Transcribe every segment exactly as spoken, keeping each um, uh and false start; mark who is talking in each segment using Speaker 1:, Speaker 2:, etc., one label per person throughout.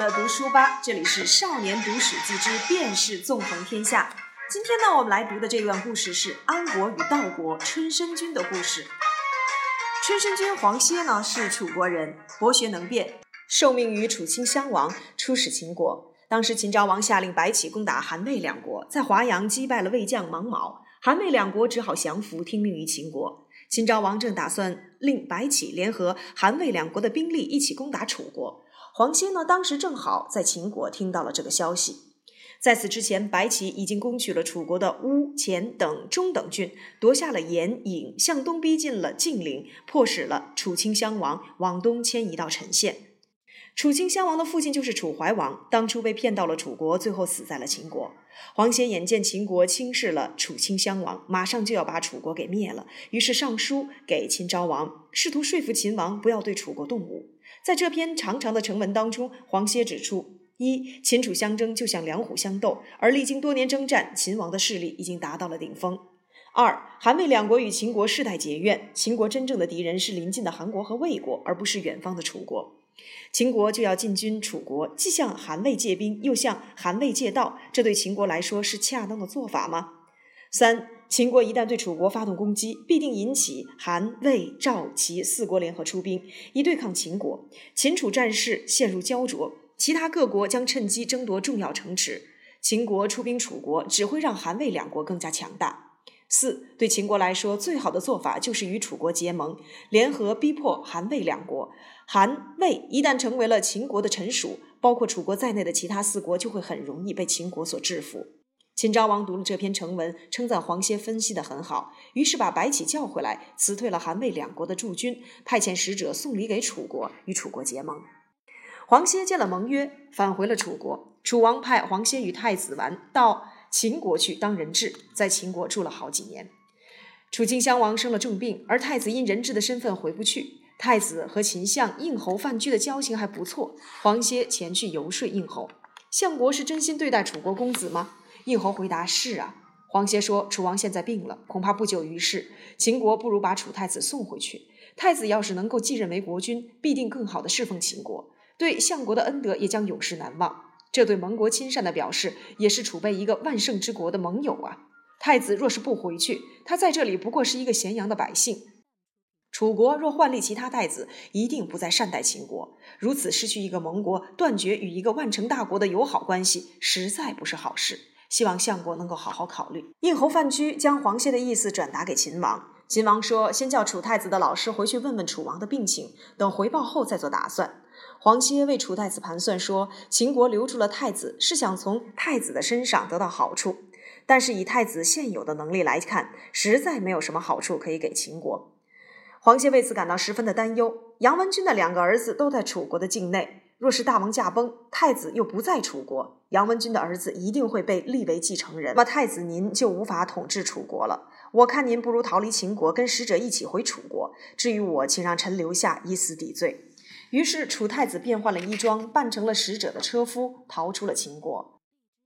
Speaker 1: 的读书吧，这里是少年读史记之便是纵横天下。今天呢，我们来读的这段故事是安国与道国春申君的故事。春申君黄歇呢是楚国人，博学能辩，受命于楚顷襄王，出使秦国。当时秦昭王下令白起攻打韩魏两国，在华阳击败了魏将芒卯，韩魏两国只好降服，听命于秦国。秦昭王正打算令白起联合韩魏两国的兵力一起攻打楚国，黄歇呢当时正好在秦国听到了这个消息。在此之前，白起已经攻取了楚国的乌、黔等中等郡，夺下了延、郢，向东逼近了晋陵，迫使了楚顷襄王往东迁移到陈县。楚顷襄王的父亲就是楚怀王，当初被骗到了楚国，最后死在了秦国。黄歇眼见秦国轻视了楚顷襄王，马上就要把楚国给灭了，于是上书给秦昭王，试图说服秦王不要对楚国动武。在这篇长长的呈文当中，黄歇指出，一、秦楚相争就像两虎相斗，而历经多年征战，秦王的势力已经达到了顶峰。二、韩魏两国与秦国世代结怨，秦国真正的敌人是邻近的韩国和魏国，而不是远方的楚国。秦国就要进军楚国，既向韩魏借兵，又向韩魏借道，这对秦国来说是恰当的做法吗？三、秦国一旦对楚国发动攻击，必定引起韩、魏、赵、齐四国联合出兵，以对抗秦国。秦楚战事陷入焦灼，其他各国将趁机争夺重要城池。秦国出兵楚国，只会让韩魏两国更加强大。四、对秦国来说，最好的做法就是与楚国结盟，联合逼迫韩魏两国。韩魏一旦成为了秦国的臣属，包括楚国在内的其他四国就会很容易被秦国所制服。秦昭王读了这篇呈文，称赞黄歇分析得很好，于是把白起叫回来，辞退了韩魏两国的驻军，派遣使者送礼给楚国，与楚国结盟。黄歇见了盟约，返回了楚国。楚王派黄歇与太子完到秦国去当人质，在秦国住了好几年。楚顷襄王生了重病，而太子因人质的身份回不去。太子和秦相应侯范雎的交情还不错，黄歇前去游说应侯。相国是真心对待楚国公子吗？应侯回答是啊。黄歇说，楚王现在病了，恐怕不久于世，秦国不如把楚太子送回去。太子要是能够继任为国君，必定更好地侍奉秦国，对相国的恩德也将永世难忘。这对盟国亲善的表示，也是储备一个万圣之国的盟友啊。太子若是不回去，他在这里不过是一个咸阳的百姓。楚国若换立其他太子，一定不再善待秦国，如此失去一个盟国，断绝与一个万城大国的友好关系，实在不是好事。希望相国能够好好考虑。应侯范雎将黄歇的意思转达给秦王，秦王说，先叫楚太子的老师回去问问楚王的病情，等回报后再做打算。黄歇为楚太子盘算说，秦国留住了太子，是想从太子的身上得到好处，但是以太子现有的能力来看，实在没有什么好处可以给秦国。黄歇为此感到十分的担忧。杨文君的两个儿子都在楚国的境内，若是大王驾崩，太子又不在楚国，杨文君的儿子一定会被立为继承人，那么太子您就无法统治楚国了。我看您不如逃离秦国，跟使者一起回楚国，至于我，请让臣留下以死抵罪。于是楚太子变换了衣装，扮成了使者的车夫，逃出了秦国。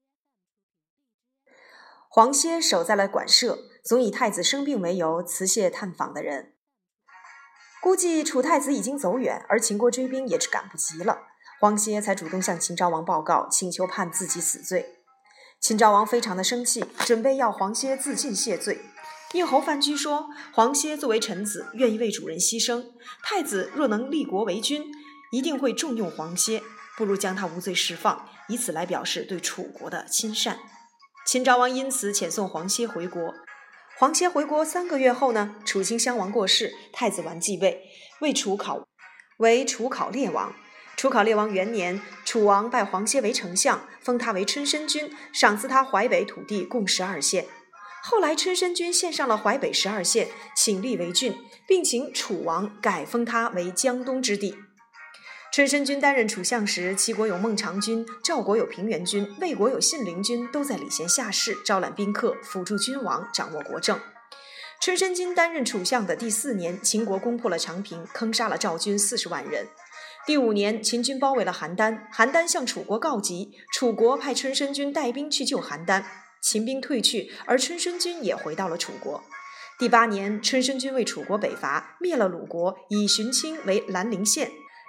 Speaker 1: 黄歇守在了馆舍，总以太子生病为由辞谢探访的人。估计楚太子已经走远，而秦国追兵也是赶不及了，黄歇才主动向秦昭王报告，请求判自己死罪。秦昭王非常的生气，准备要黄歇自尽谢罪。应侯范雎说，黄歇作为臣子，愿意为主人牺牲，太子若能立国为君，一定会重用黄歇，不如将他无罪释放，以此来表示对楚国的亲善。秦昭王因此遣送黄歇回国。黄歇回国三个月后呢，楚顷襄王过世，太子完继位，为楚考为楚考烈王。楚考烈王元年，楚王拜黄歇为丞相，封他为春申君，赏赐他淮北土地共十二县。后来春申君献上了淮北十二县，请立为郡，并请楚王改封他为江东之地。春申君担任楚相时，齐国有孟尝君，赵国有平原君，魏国有信陵君，都在礼贤下士，招揽宾客，辅助君王，掌握国政。春申君担任楚相的第四年，秦国攻破了长平，坑杀了赵军四十万人。第五年，秦军包围了邯郸，邯郸向楚国告急，楚国派春申君带兵去救邯郸，秦兵退去，而春申君也回到了楚国。第八年，春申君为楚国北伐，灭了鲁国，以荀卿为兰陵县。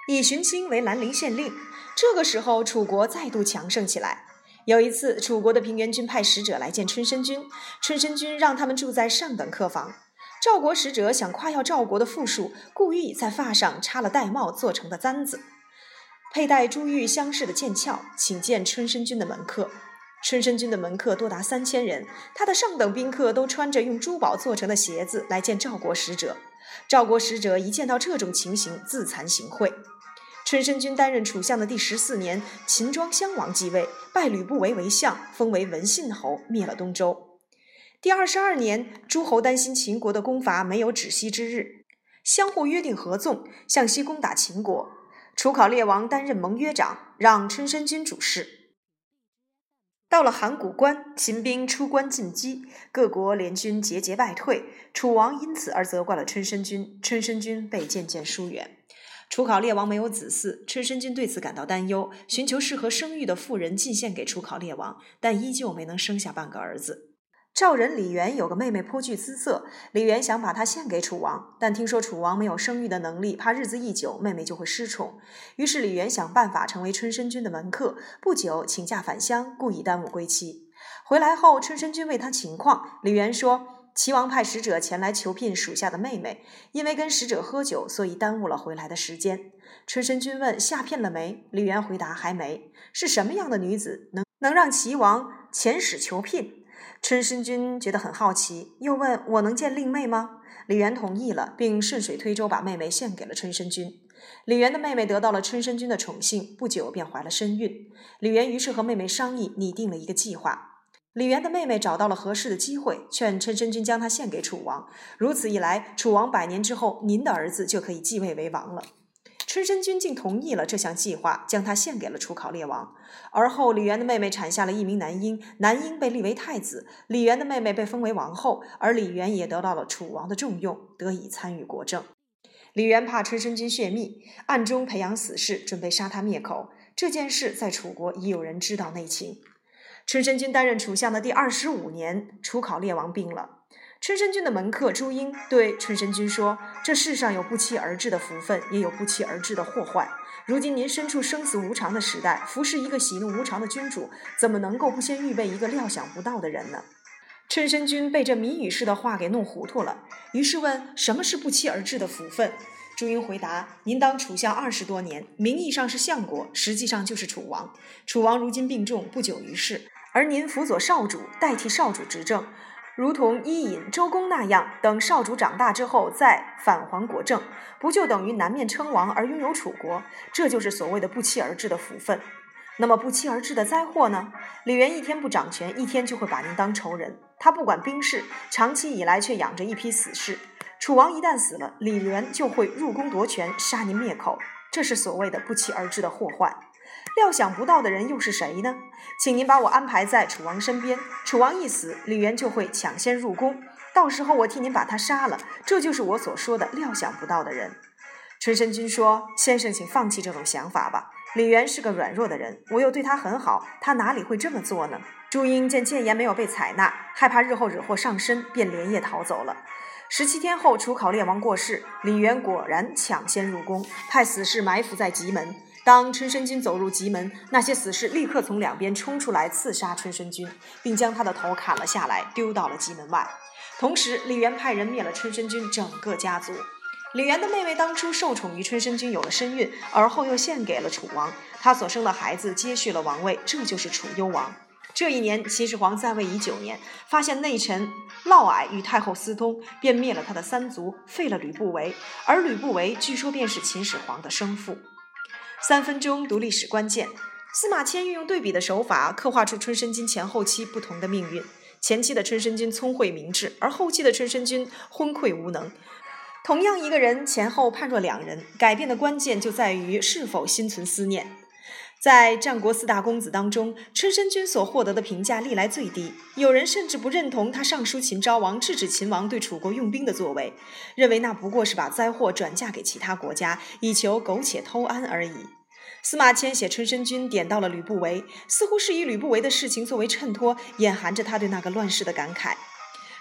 Speaker 1: 以荀卿为兰陵县令。这个时候，楚国再度强盛起来。有一次，楚国的平原君派使者来见春申君，春申君让他们住在上等客房。赵国使者想夸耀赵国的富庶，故意在发上插了玳瑁做成的簪子，佩戴珠玉相似的剑鞘，请见春申君的门客。春申君的门客多达三千人，他的上等宾客都穿着用珠宝做成的鞋子来见赵国使者。赵国使者一见到这种情形，自惭形秽。春申君担任楚相的第十四年，秦庄襄王继位，拜吕不韦为相，封为文信侯，灭了东周。第二十二年，诸侯担心秦国的攻伐没有止息之日，相互约定合纵，向西攻打秦国。楚考烈王担任盟约长，让春申君主事。到了函谷关，秦兵出关进击，各国联军节节败退，楚王因此而责怪了春申君，春申君被渐渐疏远。楚考烈王没有子嗣，春申君对此感到担忧，寻求适合生育的妇人进献给楚考烈王，但依旧没能生下半个儿子。赵人李元有个妹妹颇具姿色，李元想把她献给楚王，但听说楚王没有生育的能力，怕日子一久妹妹就会失宠，于是李元想办法成为春申君的门客，不久请假返乡，故意耽误归期。回来后，春申君问他情况，李元说齐王派使者前来求聘属下的妹妹，因为跟使者喝酒，所以耽误了回来的时间。春申君问下聘了没，李元回答还没。是什么样的女子能能让齐王遣使求聘？春申君觉得很好奇，又问我能见令妹吗？李元同意了，并顺水推舟把妹妹献给了春申君。李元的妹妹得到了春申君的宠幸，不久便怀了身孕。李元于是和妹妹商议，拟定了一个计划。李元的妹妹找到了合适的机会，劝春申君将她献给楚王，如此一来，楚王百年之后，您的儿子就可以继位为王了。春申君竟同意了这项计划，将他献给了楚考烈王。而后李元的妹妹产下了一名男婴，男婴被立为太子，李元的妹妹被封为王后，而李元也得到了楚王的重用，得以参与国政。李元怕春申君泄密，暗中培养死士，准备杀他灭口。这件事在楚国已有人知道内情。春申君担任楚相的第二十五年，楚考烈王病了。春申君的门客朱婴对春申君说，这世上有不期而至的福分，也有不期而至的祸患。如今您身处生死无常的时代，服侍一个喜怒无常的君主，怎么能够不先预备一个料想不到的人呢？春申君被这谜语式的话给弄糊涂了，于是问什么是不期而至的福分。朱婴回答，您当楚相二十多年，名义上是相国，实际上就是楚王。楚王如今病重，不久于世，而您辅佐少主，代替少主执政，如同伊尹、周公那样，等少主长大之后再返还国政，不就等于南面称王而拥有楚国？这就是所谓的不期而至的福分。那么不期而至的灾祸呢？李元一天不掌权，一天就会把您当仇人。他不管兵事，长期以来却养着一批死士。楚王一旦死了，李元就会入宫夺权，杀您灭口。这是所谓的不期而至的祸患。料想不到的人又是谁呢？请您把我安排在楚王身边，楚王一死，李元就会抢先入宫，到时候我替您把他杀了，这就是我所说的料想不到的人。春申君说，先生请放弃这种想法吧，李元是个软弱的人，我又对他很好，他哪里会这么做呢？朱婴见谏言没有被采纳，害怕日后惹祸上身，便连夜逃走了。十七天后，楚考烈王过世，李元果然抢先入宫，派死士埋伏在棘门。当春申君走入棘门，那些死士立刻从两边冲出来刺杀春申君，并将他的头砍了下来，丢到了棘门外。同时，李元派人灭了春申君整个家族。李元的妹妹当初受宠于春申君，有了身孕，而后又献给了楚王，她所生的孩子接续了王位，这就是楚幽王。这一年，秦始皇在位已九年，发现内臣嫪毐与太后私通，便灭了他的三族，废了吕不韦，而吕不韦据说便是秦始皇的生父。三分钟读历史关键，司马迁运用对比的手法，刻画出春申君前后期不同的命运。前期的春申君聪慧明智，而后期的春申君昏聩无能。同样一个人，前后判若两人，改变的关键就在于是否心存思念。在战国四大公子当中，春申君所获得的评价历来最低，有人甚至不认同他上书秦昭王制止秦王对楚国用兵的作为，认为那不过是把灾祸转嫁给其他国家，以求苟且偷安而已。司马迁写春申君点到了吕不韦，似乎是以吕不韦的事情作为衬托，掩含着他对那个乱世的感慨。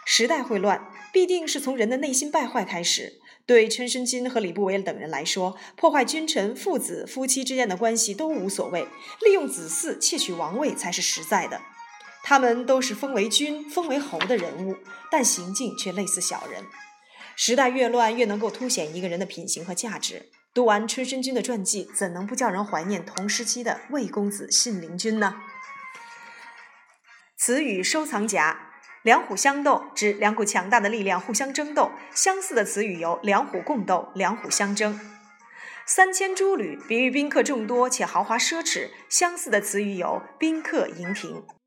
Speaker 1: 时代会乱，必定是从人的内心败坏开始。对春申君和李不韦等人来说，破坏君臣、父子、夫妻之间的关系都无所谓，利用子嗣窃取王位才是实在的。他们都是封为君、封为侯的人物，但行径却类似小人。时代越乱，越能够凸显一个人的品行和价值。读完春申君的传记，怎能不叫人怀念同时期的魏公子信陵君呢？词语收藏夹。两虎相斗，指两股强大的力量互相争斗。相似的词语有两虎共斗、两虎相争。三千诸旅，比喻宾客众多且豪华奢侈。相似的词语有宾客盈庭。